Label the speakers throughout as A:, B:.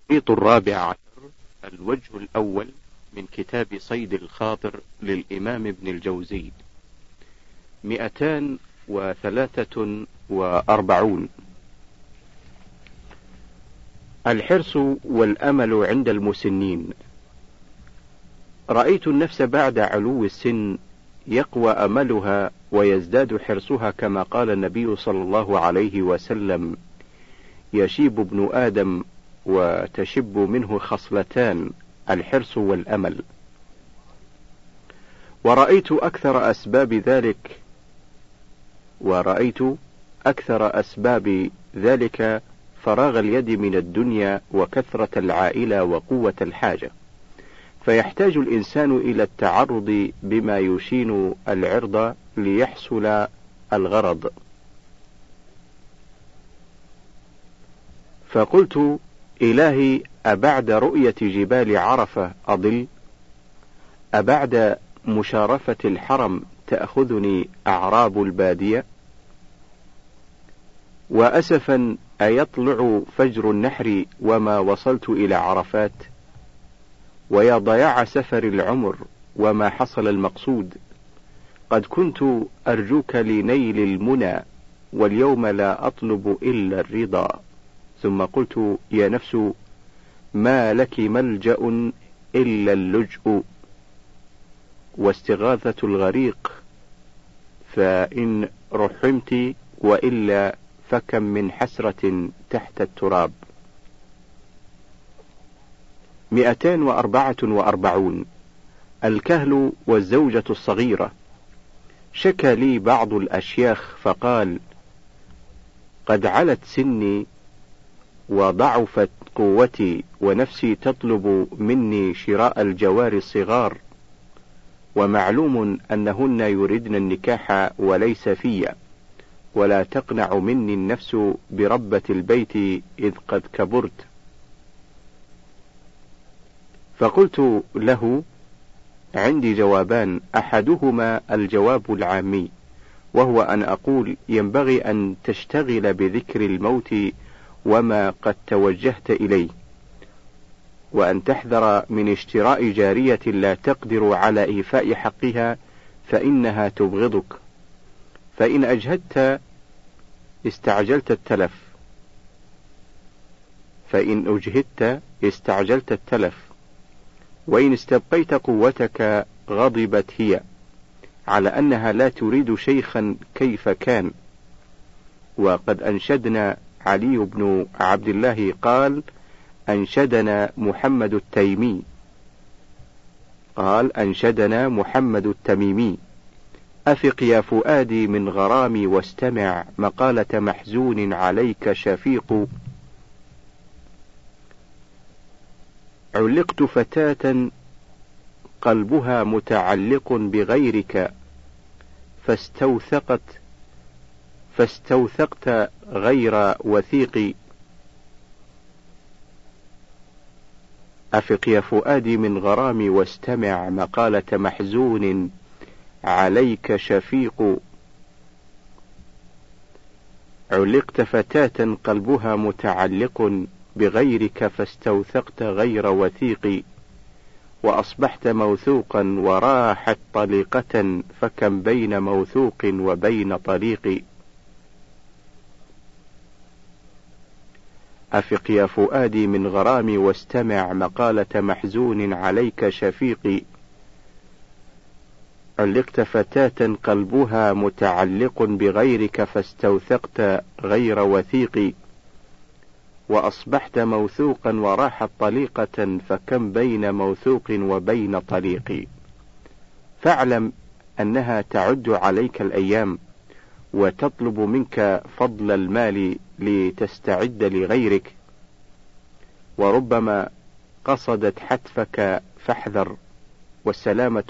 A: الشريط الرابع عشر، الوجه الأول من كتاب صيد الخاطر للإمام ابن الجوزي. 243. الحرص والأمل عند المسنين. رأيت النفس بعد علو السن يقوى أملها ويزداد حرصها، كما قال النبي صلى الله عليه وسلم: يشيب ابن آدم وتشب منه خصلتان، الحرص والأمل. ورأيت أكثر أسباب ذلك فراغ اليد من الدنيا وكثرة العائلة وقوة الحاجة، فيحتاج الإنسان إلى التعرض بما يشين العرض ليحصل الغرض. فقلت: إلهي، أبعد رؤية جبال عرفة أضل؟ أبعد مشارفة الحرم تأخذني أعراب البادية؟ وأسفا أيطلع فجر النحر وما وصلت إلى عرفات؟ ويا ضياع سفر العمر وما حصل المقصود. قد كنت أرجوك لنيل المنى، واليوم لا أطلب إلا الرضا. ثم قلت: يا نفس، ما لك ملجأ إلا اللجء واستغاثة الغريق، فإن رحمت، وإلا فكم من حسرة تحت التراب. 244. الكهل والزوجة الصغيرة. شكى لي بعض الأشياخ فقال: قد علت سني وضعفت قوتي، ونفسي تطلب مني شراء الجوار الصغار، ومعلوم أنهن يردن النكاح وليس في، ولا تقنع مني النفس بربة البيت إذ قد كبرت. فقلت له: عندي جوابان، أحدهما الجواب العامي، وهو أن أقول: ينبغي أن تشتغل بذكر الموت وما قد توجهت إليه، وأن تحذر من اشتراء جارية لا تقدر على إيفاء حقها، فإنها تبغضك، فإن أجهدت استعجلت التلف، وإن استبقيت قوتك غضبت هي، على أنها لا تريد شيخا كيف كان. وقد أنشدنا علي بن عبد الله قال: أنشدنا محمد التميمي: أفق يا فؤادي من غرامي واستمع، مقالة محزون عليك شفيق. علقت فتاة قلبها متعلق بغيرك، فاستوثقت غير وثيق. أفق يا فؤادي من غرامي واستمع، مقالة محزون عليك شفيق. علقت فتاة قلبها متعلق بغيرك، فاستوثقت غير وثيق، وأصبحت موثوقا وراحت طليقة، فكم بين موثوق وبين طليق. أفق يا فؤادي من غرامي واستمع، مقالة محزون عليك شفيق. علقت فتاة قلبها متعلق بغيرك، فاستوثقت غير وثيق، وأصبحت موثوقا وراحت طليقة، فكم بين موثوق وبين طليق. فاعلم أنها تعد عليك الأيام، وتطلب منك فضل المال لتستعد لغيرك، وربما قصدت حتفك، فاحذر. والسلامة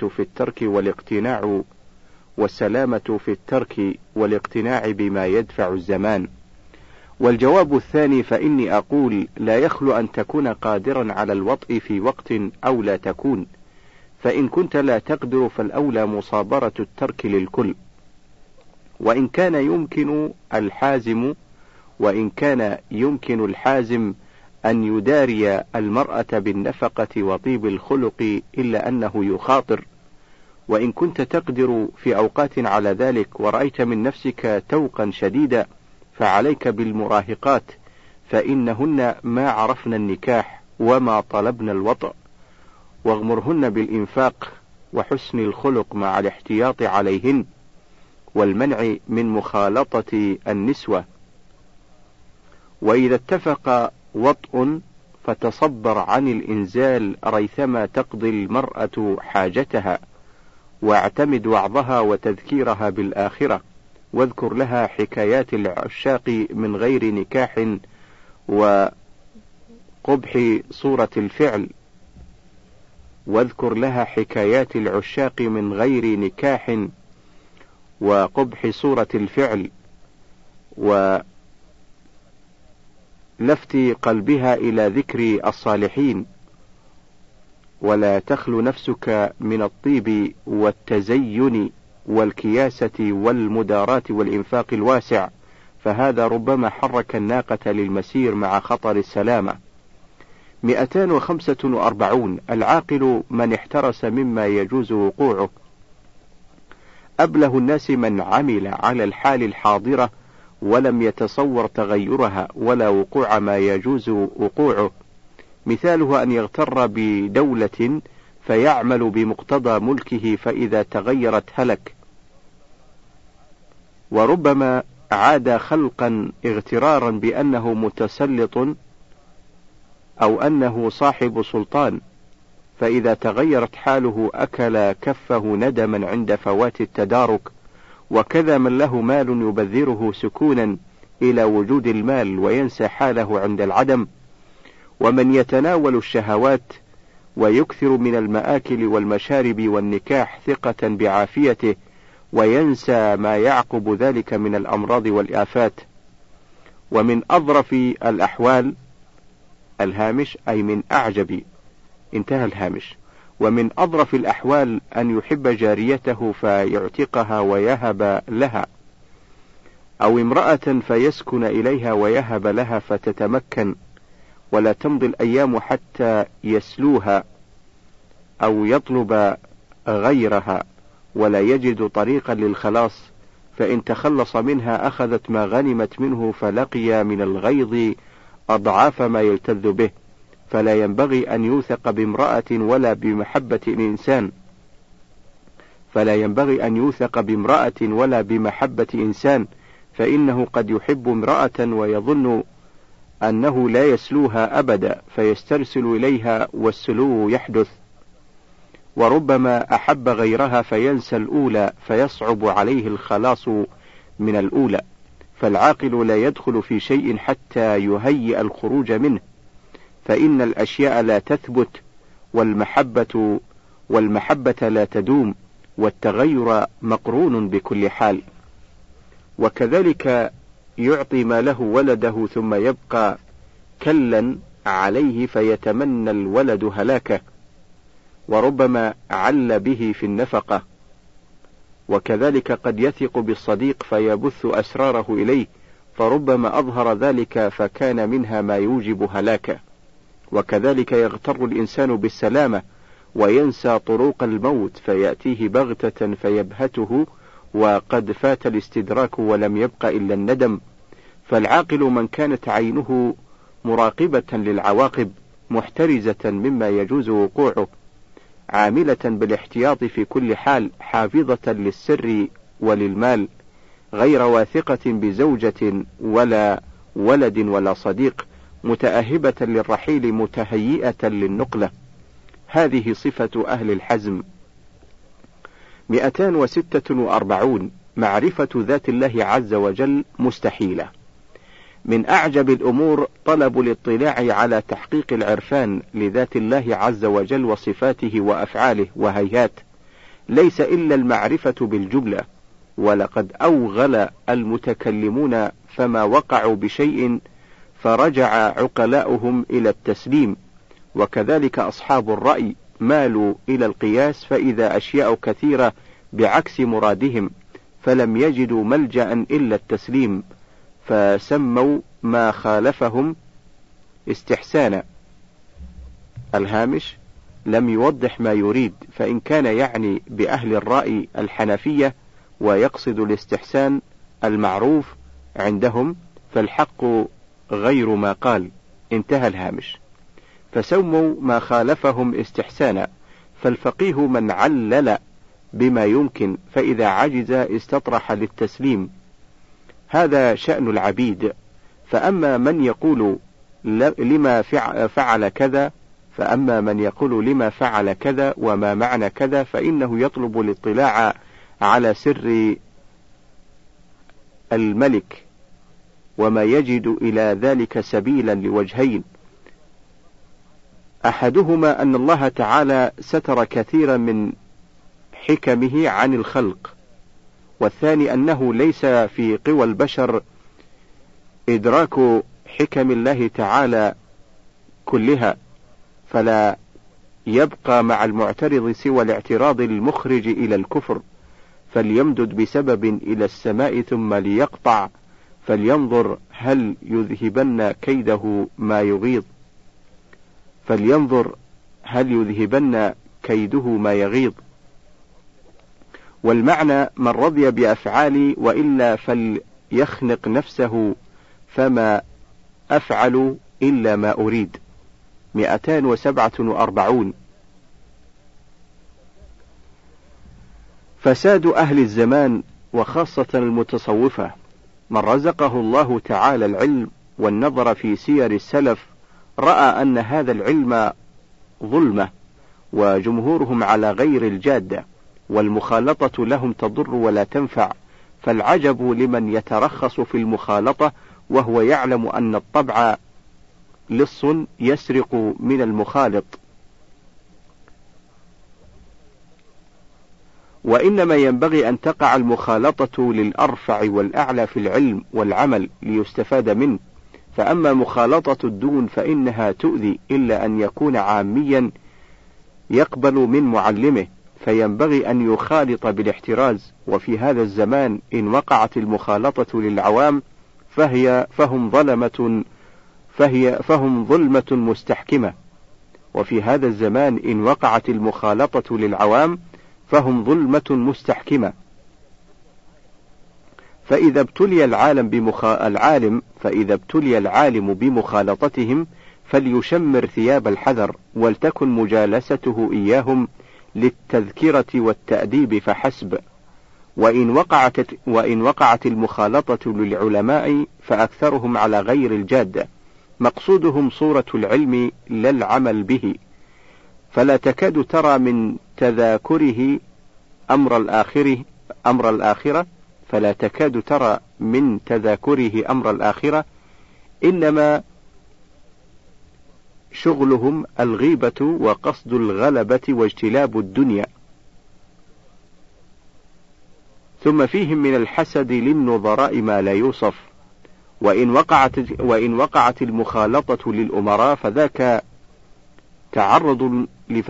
A: في الترك والاقتناع بما يدفع الزمان. والجواب الثاني: فإني أقول: لا يخلو أن تكون قادرا على الوطء في وقت أو لا تكون، فإن كنت لا تقدر فالأولى مصابرة الترك للكل. وإن كان يمكن الحازم أن يداري المرأة بالنفقة وطيب الخلق إلا أنه يخاطر، وإن كنت تقدر في أوقات على ذلك ورأيت من نفسك توقا شديدا فعليك بالمراهقات، فإنهن ما عرفن النكاح وما طلبن الوطأ، واغمرهن بالإنفاق وحسن الخلق مع الاحتياط عليهن والمنع من مخالطة النسوة. وإذا اتفق وطء فتصبر عن الإنزال ريثما تقضي المرأة حاجتها، واعتمد وعظها وتذكيرها بالآخرة، واذكر لها حكايات العشاق من غير نكاح وقبح صورة الفعل، واذكر لها حكايات العشاق من غير نكاح وقبح صورة الفعل، ولفت قلبها إلى ذكر الصالحين، ولا تخل نفسك من الطيب والتزين والكياسة والمداراة والإنفاق الواسع، فهذا ربما حرك الناقة للمسير مع خطر السلامة. 245. العاقل من احترس مما يجوز وقوعه. أبله الناس من عمل على الحال الحاضرة ولم يتصور تغيرها ولا وقوع ما يجوز وقوعه. مثاله أن يغتر بدولة فيعمل بمقتضى ملكه فإذا تغيرت هلك، وربما عاد خلقا اغترارا بأنه متسلط أو أنه صاحب سلطان، فإذا تغيرت حاله أكل كفه ندما عند فوات التدارك. وكذا من له مال يبذره سكونا إلى وجود المال وينسى حاله عند العدم، ومن يتناول الشهوات ويكثر من المآكل والمشارب والنكاح ثقة بعافيته وينسى ما يعقب ذلك من الأمراض والآفات. ومن أظرف الأحوال الهامش أي من أعجب، انتهى الهامش. ومن أظرف الأحوال أن يحب جاريته فيعتقها ويهب لها، أو امرأة فيسكن إليها ويهب لها فتتمكن، ولا تمضي الأيام حتى يسلوها أو يطلب غيرها ولا يجد طريقا للخلاص، فإن تخلص منها أخذت ما غنمت منه فلقي من الغيظ أضعاف ما يلتذ به. فلا ينبغي أن يوثق بامرأة ولا بمحبة إنسان، فإنه قد يحب امرأة ويظن أنه لا يسلوها أبدا فيسترسل إليها والسلو يحدث، وربما أحب غيرها فينسى الأولى فيصعب عليه الخلاص من الأولى. فالعاقل لا يدخل في شيء حتى يهيئ الخروج منه، فإن الأشياء لا تثبت، والمحبة لا تدوم، والتغير مقرون بكل حال. وكذلك يعطي ماله ولده ثم يبقى كلا عليه فيتمنى الولد هلاكه، وربما عل به في النفقة. وكذلك قد يثق بالصديق فيبث أسراره إليه، فربما أظهر ذلك فكان منها ما يوجب هلاكه. وكذلك يغتر الإنسان بالسلامة وينسى طرق الموت فيأتيه بغتة فيبهته وقد فات الاستدراك ولم يبق إلا الندم. فالعاقل من كانت عينه مراقبة للعواقب محترزة مما يجوز وقوعه، عاملة بالاحتياط في كل حال، حافظة للسر وللمال، غير واثقة بزوجة ولا ولد ولا صديق، متأهبة للرحيل متهيئة للنقلة. هذه صفة أهل الحزم. 246. معرفة ذات الله عز وجل مستحيلة. من أعجب الأمور طلب الاطلاع على تحقيق العرفان لذات الله عز وجل وصفاته وأفعاله، وهيهات ليس إلا المعرفة بالجملة. ولقد أوغل المتكلمون فما وقعوا بشيء فرجع عقلاؤهم إلى التسليم، وكذلك أصحاب الرأي مالوا إلى القياس فإذا أشياء كثيرة بعكس مرادهم، فلم يجدوا ملجأ إلا التسليم، فسموا ما خالفهم استحسانا. الهامش لم يوضح ما يريد، فإن كان يعني بأهل الرأي الحنفية ويقصد الاستحسان المعروف عندهم فالحق غير ما قال. انتهى الهامش. فسموا ما خالفهم استحسانا، فالفقيه من علل بما يمكن، فإذا عجز استطرح للتسليم. هذا شأن العبيد. فأما من يقول لما فعل كذا وما معنى كذا، فإنه يطلب الاطلاع على سر الملك، وما يجد إلى ذلك سبيلا لوجهين: أحدهما أن الله تعالى ستر كثيرا من حكمه عن الخلق، والثاني أنه ليس في قوى البشر إدراك حكم الله تعالى كلها، فلا يبقى مع المعترض سوى الاعتراض المخرج إلى الكفر، فليمدد بسبب إلى السماء ثم ليقطع، فلينظر هل يذهبن كيده ما يغيظ. والمعنى: من رضي بأفعالي وإلا فليخنق نفسه، فما أفعل إلا ما أريد. 247. فساد أهل الزمان وخاصة المتصوفة: من رزقه الله تعالى العلم والنظر في سير السلف رأى أن هذا العلم ظلمة، وجمهورهم على غير الجادة، والمخالطة لهم تضر ولا تنفع، فالعجب لمن يترخص في المخالطة وهو يعلم أن الطبع لص يسرق من المخالط. وإنما ينبغي أن تقع المخالطة للأرفع والأعلى في العلم والعمل ليستفاد منه، فأما مخالطة الدون فإنها تؤذي، إلا أن يكون عاميا يقبل من معلمه، فينبغي أن يخالط بالاحتراز. وفي هذا الزمان إن وقعت المخالطة للعوام فهم ظلمة مستحكمة. وفي هذا الزمان إن وقعت المخالطة للعوام فهم ظلمة مستحكمة. فإذا ابتلي العالم بمخالطتهم فليشمر ثياب الحذر، ولتكن مجالسته إياهم للتذكرة والتأديب فحسب. وإن وقعت المخالطة للعلماء فأكثرهم على غير الجادة، مقصودهم صورة العلم لا العمل به، فلا تكاد ترى من تذاكره أمر الآخرة، إنما شغلهم الغيبة وقصد الغلبة واجتلاب الدنيا. ثم فيهم من الحسد للنظراء ما لا يوصف. وإن وقعت المخالطة للأمراء فذاك تعرض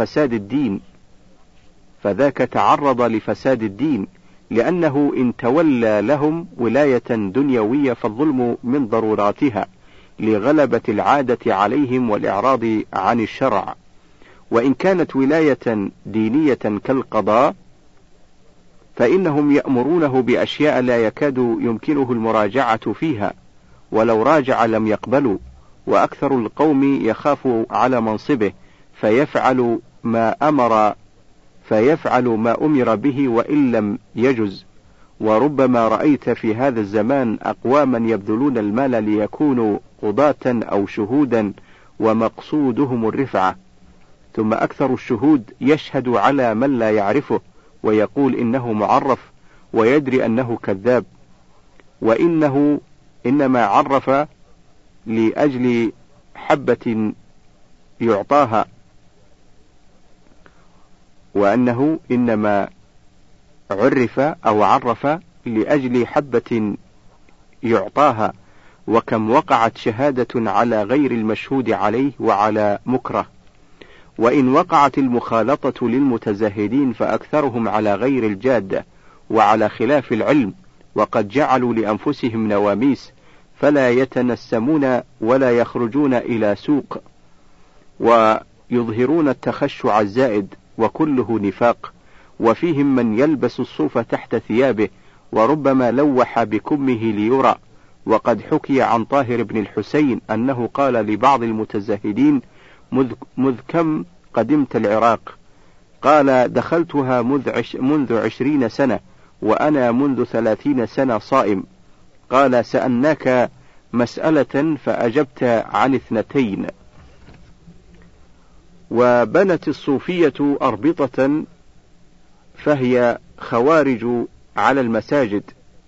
A: لفساد الدين، لأنه إن تولى لهم ولاية دنيوية فالظلم من ضروراتها لغلبة العادة عليهم والإعراض عن الشرع. وإن كانت ولاية دينية كالقضاء فإنهم يأمرونه بأشياء لا يكاد يمكنه المراجعة فيها، ولو راجع لم يقبلوا. وأكثر القوم يخاف على منصبه فيفعل ما أمر به وإن لم يجز. وربما رأيت في هذا الزمان أقواما يبذلون المال ليكونوا قضاة أو شهودا ومقصودهم الرفعة، ثم أكثر الشهود يشهد على من لا يعرفه ويقول إنه معرف ويدري أنه كذاب، وإنه إنما عرف لأجل حبة يعطاها، وأنه إنما عرف لأجل حبة يعطاها. وكم وقعت شهادة على غير المشهود عليه وعلى مكره. وإن وقعت المخالطة للمتزاهدين فأكثرهم على غير الجادة وعلى خلاف العلم، وقد جعلوا لأنفسهم نواميس، فلا يتنسمون ولا يخرجون إلى سوق، ويظهرون التخشع الزائد، وكله نفاق. وفيهم من يلبس الصوف تحت ثيابه، وربما لوح بكمه ليرى. وقد حكي عن طاهر بن الحسين أنه قال لبعض المتزاهدين: مذ كم قدمت العراق؟ قال: دخلتها منذ 20 سنة، وأنا منذ 30 سنة صائم. قال: سألناك مسألة فأجبت عن 2. وبنت الصوفية أربطة فهي خوارج على المساجد،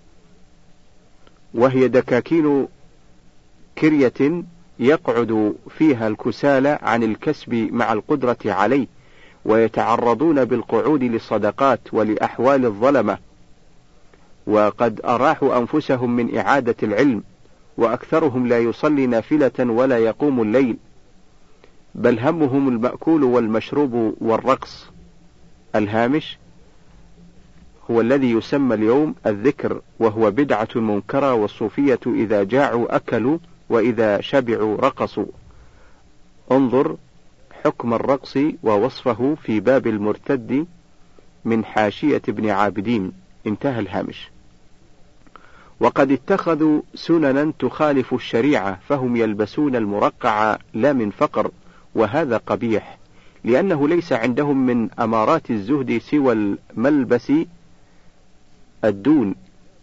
A: وهي دكاكين كرية يقعد فيها الكسالى عن الكسب مع القدرة عليه، ويتعرضون بالقعود للصدقات ولأحوال الظلمة، وقد أراحوا أنفسهم من إعادة العلم، وأكثرهم لا يصلي نافلة ولا يقوم الليل، بل همهم المأكول والمشروب والرقص. الهامش هو الذي يسمى اليوم الذكر، وهو بدعة منكرة، والصوفية إذا جاعوا أكلوا، وإذا شبعوا رقصوا. انظر حكم الرقص ووصفه في باب المرتد من حاشية ابن عابدين. انتهى الهامش. وقد اتخذوا سننا تخالف الشريعة، فهم يلبسون المرقع لا من فقر، وهذا قبيح، لأنه ليس عندهم من أمارات الزهد سوى الملبس الدون،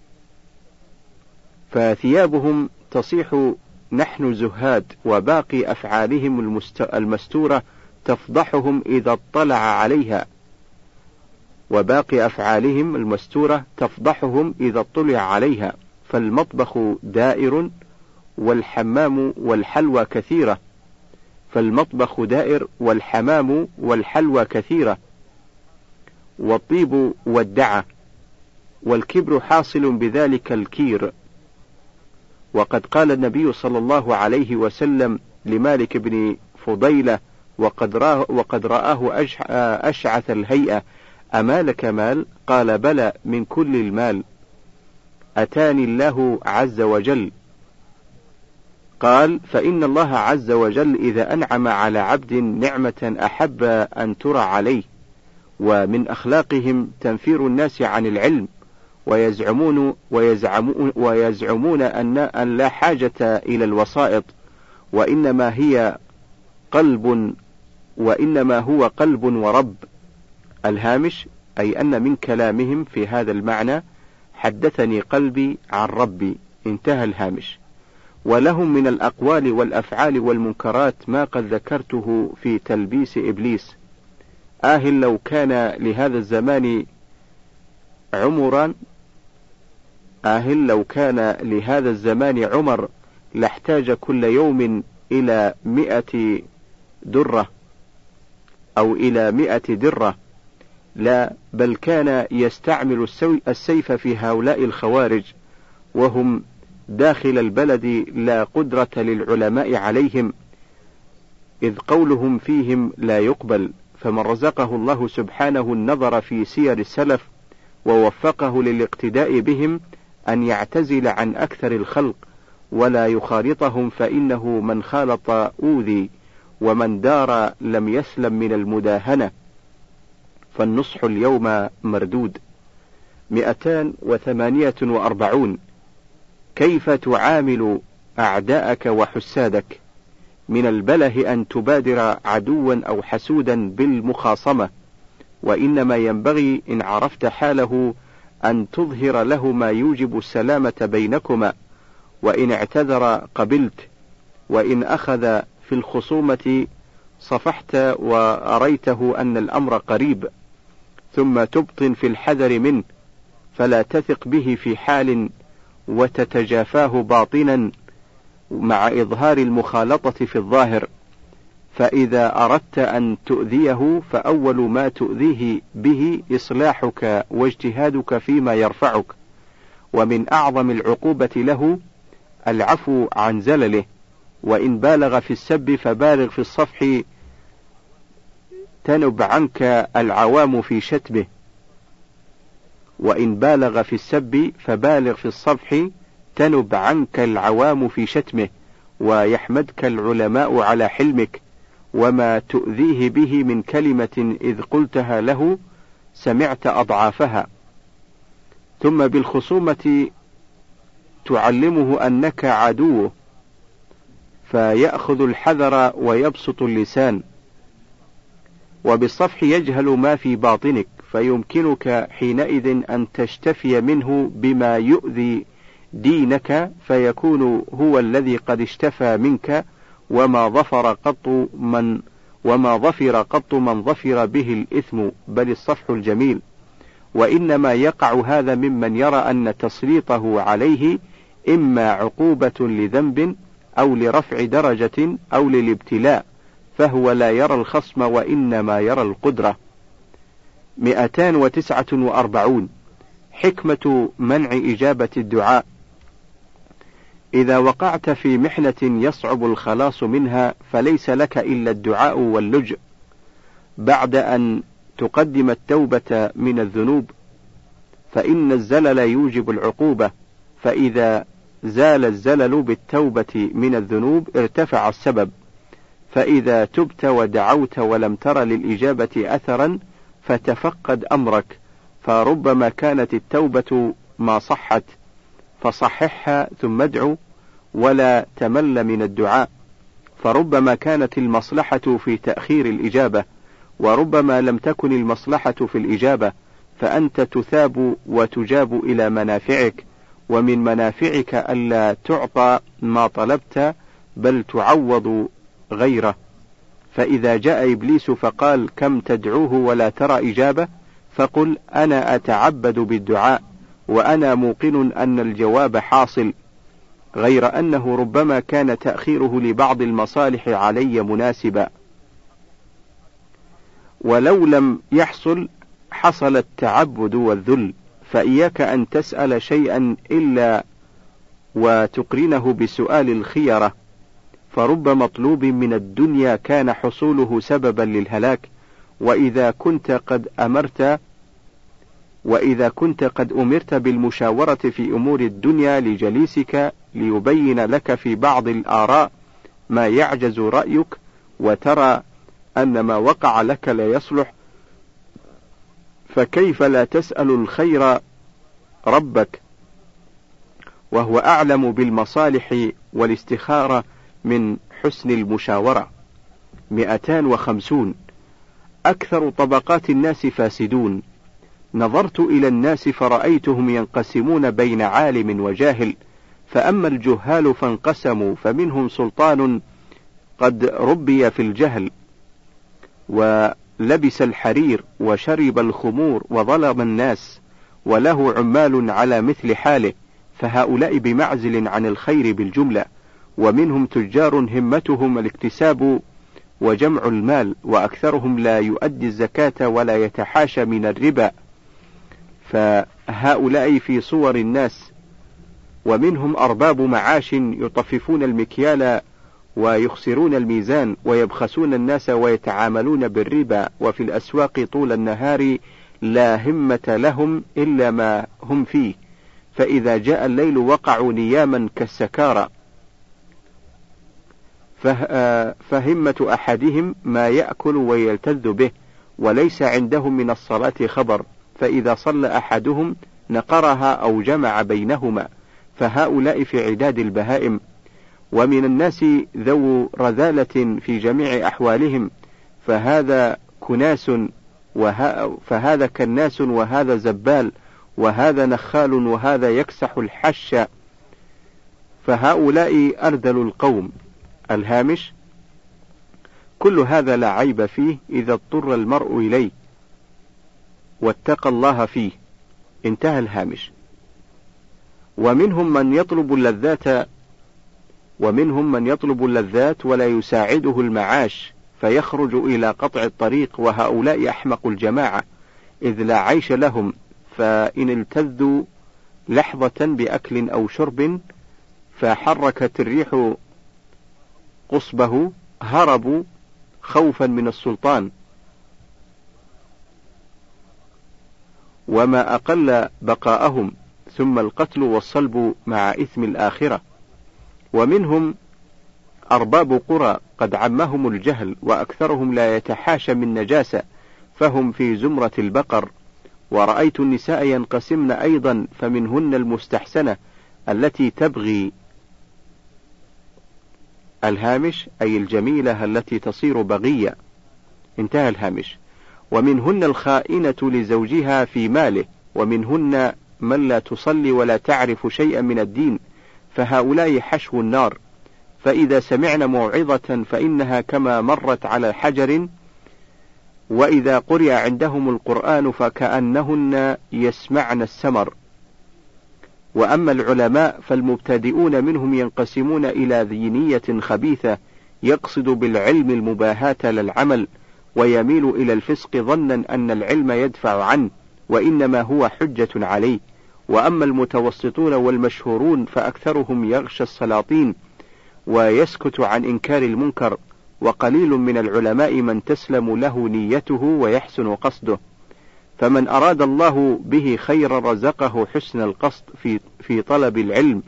A: فثيابهم تصيح نحن زهاد، وباقي أفعالهم المستورة تفضحهم إذا اطلع عليها، فالمطبخ دائر والحمام والحلوى كثيرة، والطيب والدعة، والكبر حاصل بذلك الكير. وقد قال النبي صلى الله عليه وسلم لمالك بن فضيلة وقد رآه أشعث الهيئة: أما لك مال؟ قال: بلى، من كل المال أتاني الله عز وجل. قال: فإن الله عز وجل إذا أنعم على عبد نعمة أحب أن ترى عليه. ومن أخلاقهم تنفير الناس عن العلم، ويزعمون أن لا حاجة إلى الوسائط، وإنما هو قلب ورب. الهامش أي أن من كلامهم في هذا المعنى: حدثني قلبي عن ربي. انتهى الهامش. ولهم من الأقوال والأفعال والمنكرات ما قد ذكرته في تلبيس إبليس. لو كان لهذا الزمان عمر لاحتاج كل يوم إلى 100 درة أو إلى 100 درة، لا، بل كان يستعمل السيف في هؤلاء الخوارج، وهم داخل البلد لا قدرة للعلماء عليهم، إذ قولهم فيهم لا يقبل. فمن رزقه الله سبحانه النظر في سير السلف ووفقه للاقتداء بهم أن يعتزل عن أكثر الخلق ولا يخالطهم، فإنه من خالط أوذي، ومن دار لم يسلم من المداهنة. فالنصح اليوم مردود. 248. كيف تعامل أعداءك وحسادك؟ من البله أن تبادر عدوا أو حسودا بالمخاصمة، وإنما ينبغي إن عرفت حاله أن تظهر له ما يوجب السلامة بينكما، وإن اعتذر قبلت، وإن أخذ في الخصومة صفحت وأريته أن الأمر قريب، ثم تبطن في الحذر منه، فلا تثق به في حال وتتجافاه باطنا مع إظهار المخالطة في الظاهر. فإذا أردت أن تؤذيه فأول ما تؤذيه به إصلاحك واجتهادك فيما يرفعك، ومن أعظم العقوبة له العفو عن زلله. وإن بالغ في السب فبالغ في الصفح تنب عنك العوام في شتمه، تنب عنك العوام في شتمه، ويحمدك العلماء على حلمك، وما تؤذيه به من كلمة إذ قلتها له سمعت أضعافها. ثم بالخصومة تعلمه أنك عدوه، فيأخذ الحذر ويبسط اللسان. وبالصفح يجهل ما في باطنك، فيمكنك حينئذ أن تشتفي منه بما يؤذي دينك، فيكون هو الذي قد اشتفى منك، وما ظفر قط من ظفر به الإثم، بل الصفح الجميل. وإنما يقع هذا ممن يرى أن تسليطه عليه إما عقوبة لذنب أو لرفع درجة أو للابتلاء، فهو لا يرى الخصم وإنما يرى القدرة. 249 حكمة منع إجابة الدعاء. إذا وقعت في محنة يصعب الخلاص منها، فليس لك إلا الدعاء واللجأ بعد أن تقدم التوبة من الذنوب، فإن الزلل يوجب العقوبة، فإذا زال الزلل بالتوبة من الذنوب ارتفع السبب، فإذا تبت ودعوت ولم تر للإجابة أثرا فتفقد أمرك، فربما كانت التوبة ما صحت، فصححها ثم ادعو ولا تمل من الدعاء، فربما كانت المصلحة في تأخير الإجابة، وربما لم تكن المصلحة في الإجابة، فأنت تثاب وتجاب إلى منافعك، ومن منافعك ألا تعطى ما طلبت بل تعوض غيره. فإذا جاء إبليس فقال كم تدعوه ولا ترى إجابة، فقل أنا أتعبد بالدعاء، وأنا موقن أن الجواب حاصل، غير أنه ربما كان تأخيره لبعض المصالح علي مناسبا، ولو لم يحصل حصل التعبد والذل. فإياك أن تسأل شيئا إلا وتقرنه بسؤال الخيرة، فرب مطلوب من الدنيا كان حصوله سببا للهلاك. وإذا كنت قد أمرت بالمشاورة في أمور الدنيا لجليسك ليبين لك في بعض الآراء ما يعجز رأيك، وترى أن ما وقع لك لا يصلح، فكيف لا تسأل الخير ربك وهو أعلم بالمصالح والاستخارة من حسن المشاورة. 250 أكثر طبقات الناس فاسدون. نظرت إلى الناس فرأيتهم ينقسمون بين عالم وجاهل، فأما الجهال فانقسموا، فمنهم سلطان قد ربي في الجهل ولبس الحرير وشرب الخمور وظلم الناس، وله عمال على مثل حاله، فهؤلاء بمعزل عن الخير بالجملة. ومنهم تجار همتهم الاكتساب وجمع المال، وأكثرهم لا يؤدي الزكاة ولا يتحاشى من الربا، فهؤلاء في صور الناس. ومنهم أرباب معاش يطففون المكيال ويخسرون الميزان، ويبخسون الناس ويتعاملون بالربا، وفي الأسواق طول النهار لا همة لهم إلا ما هم فيه، فإذا جاء الليل وقعوا نياما كالسكارى. فهمة أحدهم ما يأكل ويلتذ به، وليس عندهم من الصلاة خبر، فإذا صلى أحدهم نقرها أو جمع بينهما، فهؤلاء في عداد البهائم. ومن الناس ذو رذالة في جميع أحوالهم، فهذا كناس وهذا زبال، وهذا نخال وهذا يكسح الحش، فهؤلاء أرذل القوم. الهامش: كل هذا لا عيب فيه إذا اضطر المرء إليه واتقى الله فيه. انتهى الهامش. ومنهم من يطلب اللذات ولا يساعده المعاش، فيخرج إلى قطع الطريق، وهؤلاء أحمق الجماعة، إذ لا عيش لهم، فإن التذوا لحظة بأكل أو شرب فحركت الريح قصبه هربوا خوفا من السلطان. وما أقل بقاءهم، ثم القتل والصلب مع إثم الآخرة. ومنهم أرباب قرى قد عمهم الجهل، وأكثرهم لا يتحاشى من نجاسة، فهم في زمرة البقر. ورأيت النساء ينقسمن أيضا، فمنهن المستحسنة التي تبغي الهامش أي الجميلة التي تصير بغية، انتهى الهامش. ومنهن الخائنة لزوجها في ماله، ومنهن من لا تصلي ولا تعرف شيئا من الدين، فهؤلاء حشو النار. فإذا سمعن موعظة فإنها كما مرت على حجر، وإذا قرئ عندهم القرآن فكأنهن يسمعن السمر. وأما العلماء فالمبتدئون منهم ينقسمون إلى ذي نية خبيثة يقصد بالعلم المباهاة للعمل، ويميل إلى الفسق ظنا أن العلم يدفع عنه وإنما هو حجة عليه. وأما المتوسطون والمشهورون فأكثرهم يغشى السلاطين ويسكت عن إنكار المنكر، وقليل من العلماء من تسلم له نيته ويحسن قصده. فمن أراد الله به خيرا رزقه حسن القصد في طلب العلم،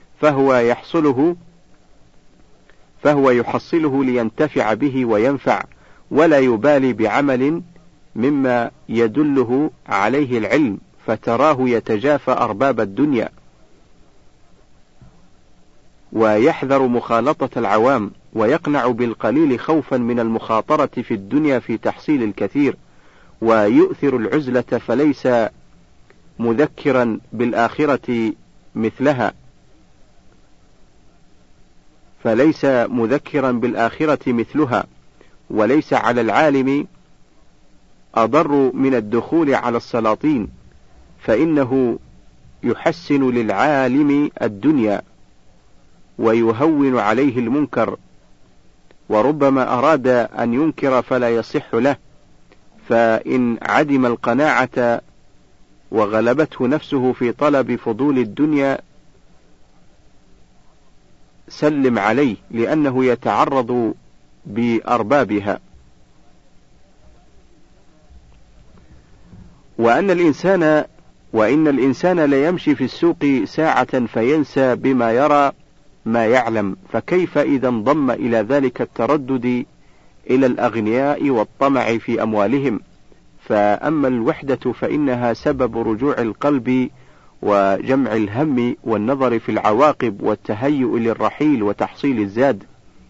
A: فهو يحصله لينتفع به وينفع، ولا يبالي بعمل مما يدله عليه العلم، فتراه يتجافى أرباب الدنيا ويحذر مخالطة العوام، ويقنع بالقليل خوفا من المخاطرة في الدنيا في تحصيل الكثير، ويؤثر العزلة فليس مذكرا بالآخرة مثلها، وليس على العالم أضر من الدخول على السلاطين، فإنه يحسن للعالم الدنيا ويهون عليه المنكر، وربما أراد أن ينكر فلا يصح له، فإن عدم القناعة وغلبته نفسه في طلب فضول الدنيا سلم عليه، لأنه يتعرض بأربابها. وإن الإنسان ليمشي في السوق ساعة فينسى بما يرى ما يعلم، فكيف إذا انضم إلى ذلك التردد إلى الأغنياء والطمع في أموالهم؟ فأما الوحدة فإنها سبب رجوع القلب وجمع الهم والنظر في العواقب والتهيؤ للرحيل وتحصيل الزاد.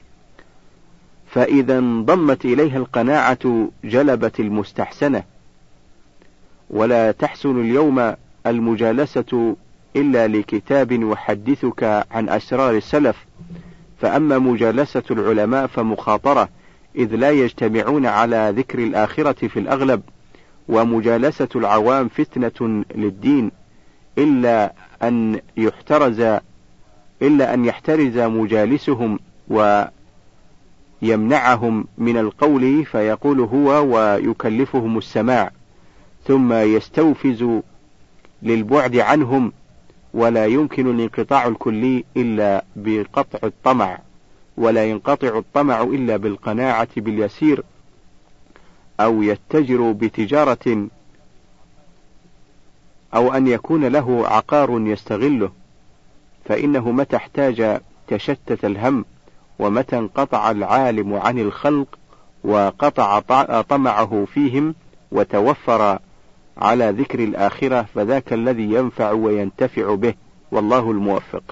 A: فإذا انضمت إليها القناعة جلبت المستحسنة. ولا تحسن اليوم المجالسة إلا لكتاب يحدثك عن أسرار السلف، فأما مجالسة العلماء فمخاطرة، إذ لا يجتمعون على ذكر الآخرة في الأغلب، ومجالسة العوام فتنة للدين، إلا أن يحترز مجالسهم ويمنعهم من القول فيقول هو ويكلفهم السماع، ثم يستوفز للبعد عنهم، ولا يمكن الانقطاع الكلي إلا بقطع الطمع، ولا ينقطع الطمع إلا بالقناعة باليسير، أو يتجر بتجارة، أو أن يكون له عقار يستغله، فإنه متى احتاج تشتت الهم، ومتى انقطع العالم عن الخلق وقطع طمعه فيهم وتوفر على ذكر الآخرة، فذاك الذي ينفع وينتفع به، والله الموفق.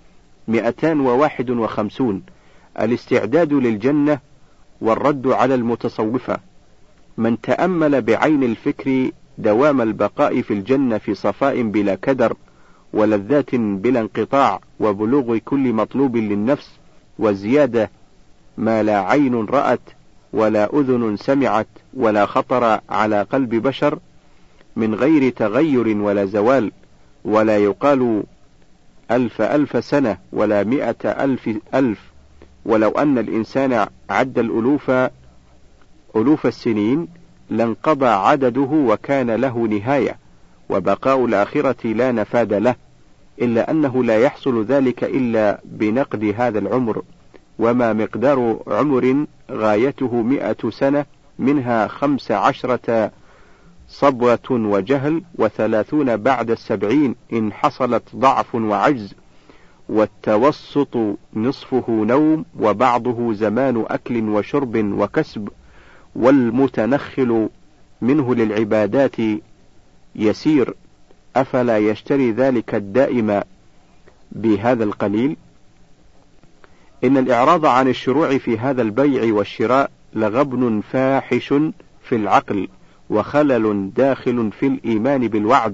A: 251 الاستعداد للجنة والرد على المتصوفة. من تأمل بعين الفكر دوام البقاء في الجنة في صفاء بلا كدر، ولذات بلا انقطاع، وبلوغ كل مطلوب للنفس، وزيادة ما لا عين رأت ولا أذن سمعت ولا خطر على قلب بشر، من غير تغير ولا زوال، ولا يقال 1000 سنة ولا 100,000 ولو أن الإنسان عد ألوف السنين لانقضى عدده وكان له نهاية، وبقاء الآخرة لا نفاد له، إلا أنه لا يحصل ذلك إلا بنقد هذا العمر، وما مقدار عمر غايته 100 سنة، منها 15 صبوة وجهل، 30 بعد 70 إن حصلت ضعف وعجز، والتوسط نصفه نوم وبعضه زمان أكل وشرب وكسب، والمتنخل منه للعبادات يسير، أفلا يشتري ذلك الدائم بهذا القليل؟ إن الإعراض عن الشروع في هذا البيع والشراء لغبن فاحش في العقل، وخلل داخل في الإيمان بالوعد،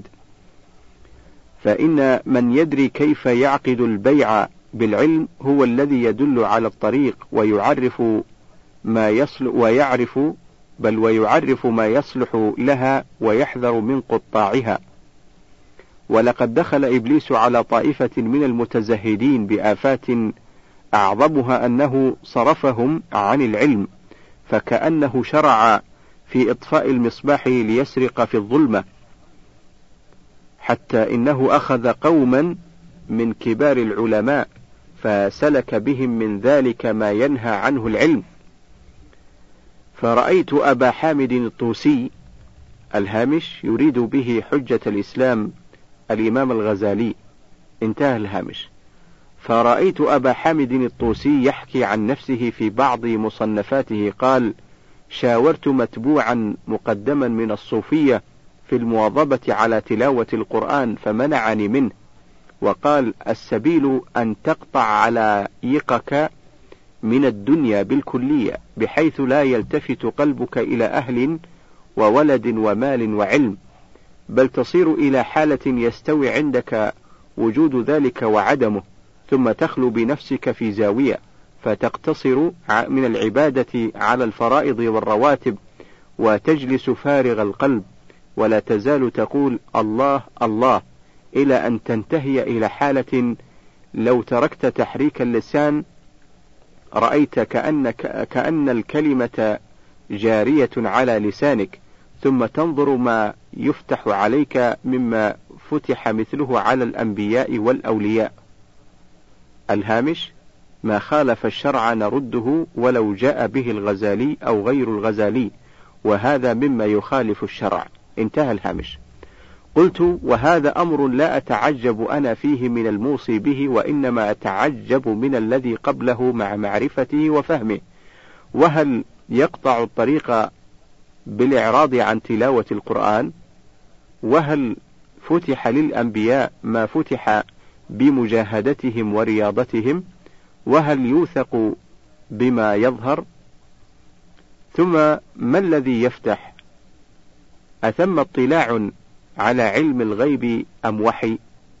A: فإن من يدري كيف يعقد البيع بالعلم هو الذي يدل على الطريق ويعرف ما ما يصلح لها ويحذر من قطاعها. ولقد دخل إبليس على طائفة من المتزهدين بآفات أعظمها أنه صرفهم عن العلم، فكأنه شرع في إطفاء المصباح ليسرق في الظلمة، حتى إنه أخذ قوما من كبار العلماء فسلك بهم من ذلك ما ينهى عنه العلم. فرأيت أبا حامد الطوسي، الهامش يريد به حجة الإسلام الإمام الغزالي، انتهى الهامش. فرأيت أبا حامد الطوسي يحكي عن نفسه في بعض مصنفاته قال: شاورت متبوعا مقدما من الصوفية في المواظبة على تلاوة القرآن فمنعني منه، وقال: السبيل أن تقطع علائقك من الدنيا بالكلية، بحيث لا يلتفت قلبك إلى أهل وولد ومال وعلم، بل تصير إلى حالة يستوي عندك وجود ذلك وعدمه، ثم تخلو بنفسك في زاوية، فتقتصر من العبادة على الفرائض والرواتب، وتجلس فارغ القلب، ولا تزال تقول الله الله، إلى أن تنتهي إلى حالة لو تركت تحريك اللسان رأيت كأن الكلمة جارية على لسانك، ثم تنظر ما يفتح عليك مما فتح مثله على الأنبياء والأولياء. الهامش: ما خالف الشرع نرده ولو جاء به الغزالي أو غير الغزالي، وهذا مما يخالف الشرع، انتهى الهامش. قلت: وهذا أمر لا أتعجب أنا فيه من الموصي به، وإنما أتعجب من الذي قبله مع معرفته وفهمه. وهل يقطع الطريق بالإعراض عن تلاوة القرآن؟ وهل فتح للأنبياء ما فتح بمجاهدتهم ورياضتهم؟ وهل يوثق بما يظهر؟ ثم ما الذي يفتح؟ أثم اطلاع على علم الغيب أم وحي؟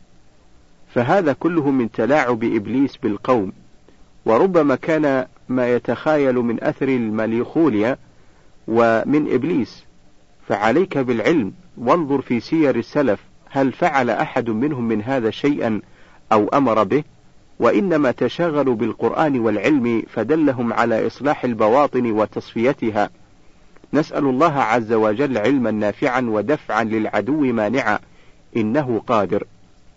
A: فهذا كله من تلاعب إبليس بالقوم، وربما كان ما يتخايل من أثر المليخوليا ومن إبليس. فعليك بالعلم، وانظر في سير السلف، هل فعل أحد منهم من هذا شيئا أو أمر به؟ وإنما تشاغلوا بالقرآن والعلم فدلهم على إصلاح البواطن وتصفيتها. نسأل الله عز وجل علما نافعا ودفعا للعدو مانعا، إنه قادر.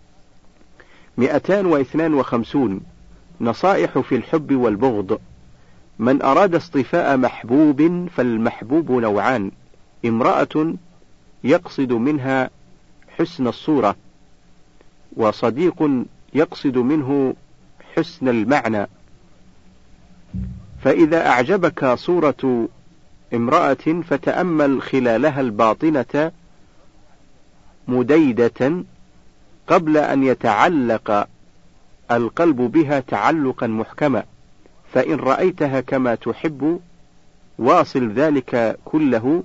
A: 252 نصائح في الحب والبغض. من أراد اصطفاء محبوب فالمحبوب نوعان: امرأة يقصد منها حسن الصورة، وصديق يقصد منه حسن المعنى. فإذا أعجبك صورة امرأة فتأمل خلالها الباطنة مديدة قبل أن يتعلق القلب بها تعلقا محكما، فإن رأيتها كما تحب واصل ذلك كله،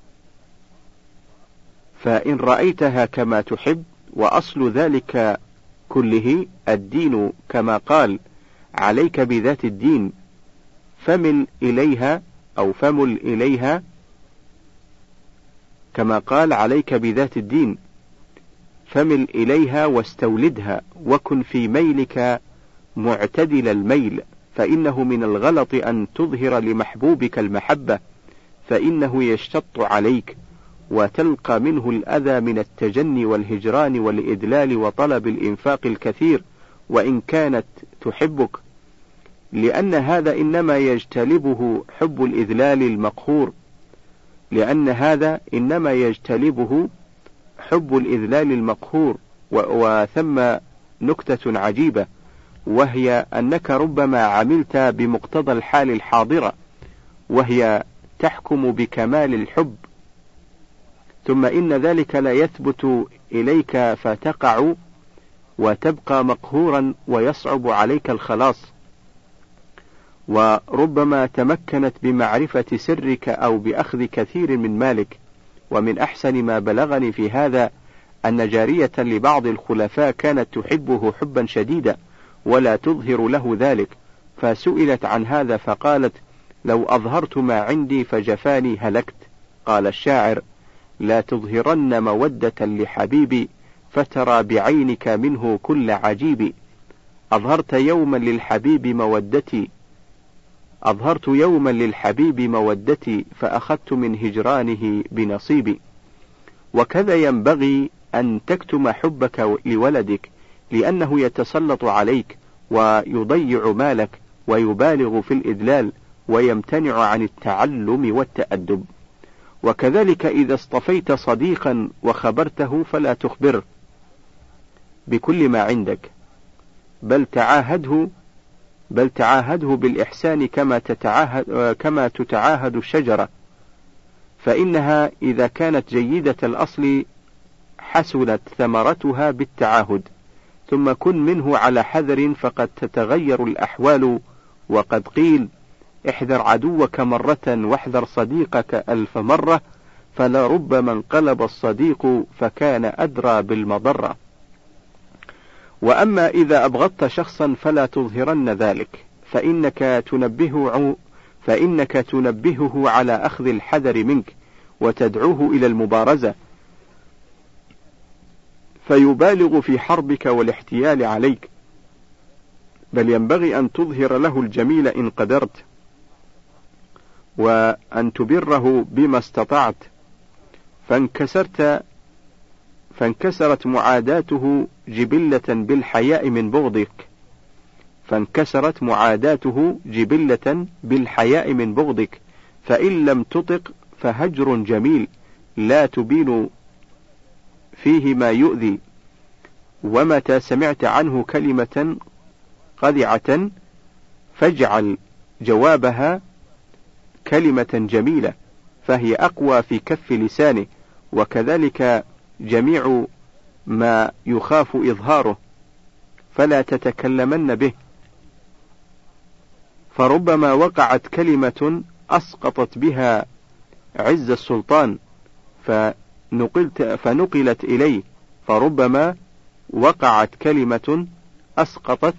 A: فإن رأيتها كما تحب وأصل ذلك كله الدين، كما قال: عليك بذات الدين، فمل إليها، كما قال: عليك بذات الدين فمل إليها واستولدها، وكن في ميلك معتدل الميل، فإنه من الغلط أن تظهر لمحبوبك المحبة، فإنه يشتط عليك، وتلقى منه الأذى من التجني والهجران والإدلال وطلب الإنفاق الكثير وإن كانت تحبك، لأن هذا إنما يجتلبه حب الإذلال المقهور، لأن هذا إنما يجتلبه حب الإذلال المقهور. وثم نكتة عجيبة، وهي أنك ربما عملت بمقتضى الحال الحاضرة، وهي تحكم بكمال الحب، ثم إن ذلك لا يثبت إليك فتقع وتبقى مقهورا ويصعب عليك الخلاص. وربما تمكنت بمعرفة سرك أو بأخذ كثير من مالك. ومن أحسن ما بلغني في هذا أن جارية لبعض الخلفاء كانت تحبه حبا شديدا ولا تظهر له ذلك، فسئلت عن هذا فقالت: لو أظهرت ما عندي فجفاني هلكت. قال الشاعر: لا تظهرن مودة لحبيبي فترى بعينك منه كل عجيب. أظهرت يوما للحبيب مودتي فأخذت من هجرانه بنصيبي. وكذا ينبغي أن تكتم حبك لولدك، لأنه يتسلط عليك ويضيع مالك ويبالغ في الإدلال ويمتنع عن التعلم والتأدب. وكذلك إذا اصطفيت صديقا وخبرته فلا تخبره بكل ما عندك، بل تعاهده بالإحسان كما تتعاهد الشجرة، فإنها إذا كانت جيدة الأصل حسنت ثمرتها بالتعاهد. ثم كن منه على حذر فقد تتغير الأحوال. وقد قيل: احذر عدوك مرة واحذر صديقك 1000 مرة، فلربما انقلب الصديق فكان أدرى بالمضرة. وأما إذا أبغضت شخصا فلا تظهرن ذلك، فإنك تنبهه على أخذ الحذر منك وتدعوه إلى المبارزة، فيبالغ في حربك والاحتيال عليك. بل ينبغي أن تظهر له الجميل إن قدرت، وأن تبره بما استطعت. فانكسرت معاداته جبلة بالحياء من بغضك، فإن لم تطق فهجر جميل لا تبين فيه ما يؤذي. ومتى سمعت عنه كلمة قذعة فاجعل جوابها كلمة جميلة، فهي أقوى في كف لسانه. وكذلك جميع ما يخاف إظهاره فلا تتكلمن به، فربما وقعت كلمة أسقطت بها عز السلطان فنقلت إليه، فربما وقعت كلمة أسقطت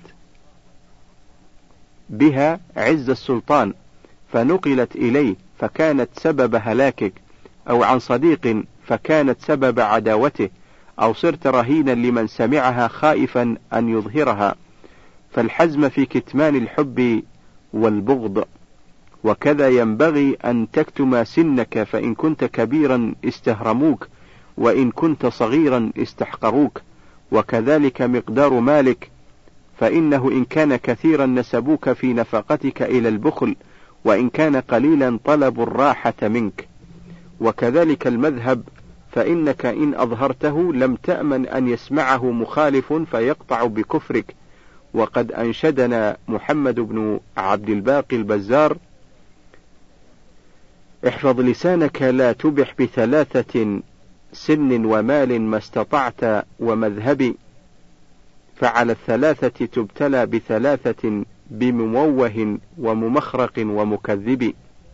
A: بها عز السلطان فنقلت إليه فكانت سبب هلاكك، أو عن صديق فكانت سبب عداوته، أو صرت رهينا لمن سمعها خائفا أن يظهرها. فالحزم في كتمان الحب والبغض. وكذا ينبغي أن تكتم سنك، فإن كنت كبيرا استهرموك، وإن كنت صغيرا استحقروك. وكذلك مقدار مالك، فإنه إن كان كثيرا نسبوك في نفقتك إلى البخل، وإن كان قليلا طلبوا الراحة منك. وكذلك المذهب، فإنك إن أظهرته لم تأمن أن يسمعه مخالف فيقطع بكفرك. وقد أنشدنا محمد بن عبد الباقي البزار: احفظ لسانك لا تبح ب3 سن ومال ما استطعت ومذهب، فعلى 3 تبتلى ب3 بمموه وممخرق ومكذب.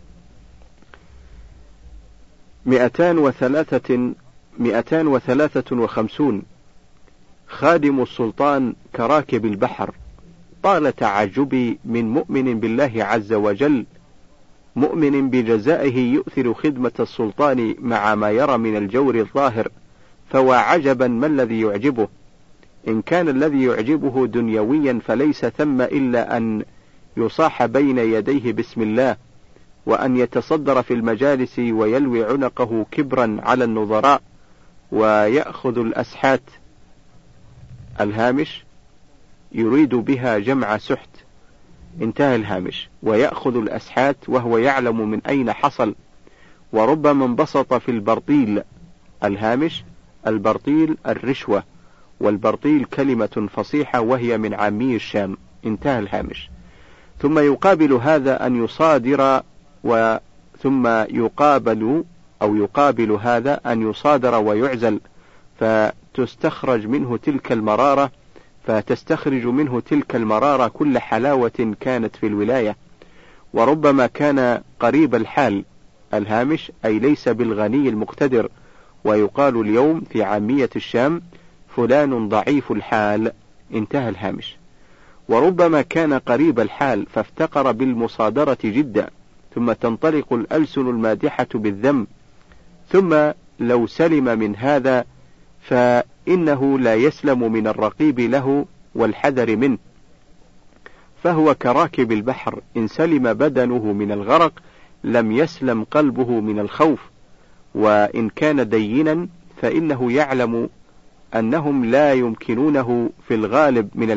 A: 253 خادم السلطان كراكب البحر. طال تعجبي من مؤمن بالله عز وجل، مؤمن بجزائه يؤثر خدمة السلطان مع ما يرى من الجور الظاهر. فوعجبا ما الذي يعجبه؟ إن كان الذي يعجبه دنيويا فليس ثم إلا أن يصاح بين يديه بسم الله، وأن يتصدر في المجالس ويلوي عنقه كبرا على النظراء، ويأخذ الأسحات. الهامش يريد بها جمع سحت، انتهى الهامش. ويأخذ الأسحات وهو يعلم من أين حصل، وربما انبسط في البرطيل. الهامش: البرطيل الرشوة، والبرطيل كلمة فصيحة وهي من عامي الشام. انتهى الهامش. ثم يقابل هذا أن يصادر ثم يقابل هذا أن يصادر ويعزل، فتستخرج منه تلك المرارة كل حلاوة كانت في الولاية. وربما كان قريب الحال. الهامش: أي ليس بالغني المقتدر، ويقال اليوم في عامية الشام فلان ضعيف الحال. انتهى الهامش. وربما كان قريب الحال فافتقر بالمصادرة جدا، ثم تنطلق الألسن المادحة بالذم، ثم لو سلم من هذا فإنه لا يسلم من الرقيب له والحذر منه، فهو كراكب البحر، إن سلم بدنه من الغرق لم يسلم قلبه من الخوف. وإن كان دينا فإنه يعلم أنهم لا يمكنونه في الغالب من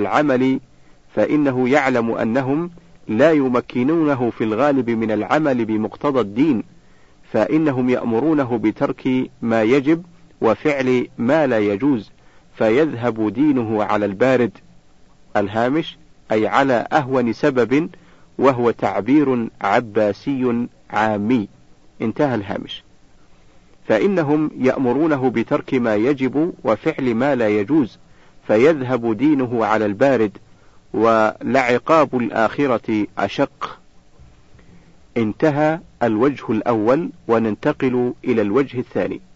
A: العمل بمقتضى الدين، فإنهم يأمرونه بترك ما يجب وفعل ما لا يجوز، فيذهب دينه على البارد. الهامش: أي على أهون سبب، وهو تعبير عباسي عامي. انتهى الهامش. فإنهم يأمرونه بترك ما يجب وفعل ما لا يجوز، فيذهب دينه على البارد، ولعقاب الآخرة أشق. انتهى الوجه الأول، وننتقل إلى الوجه الثاني.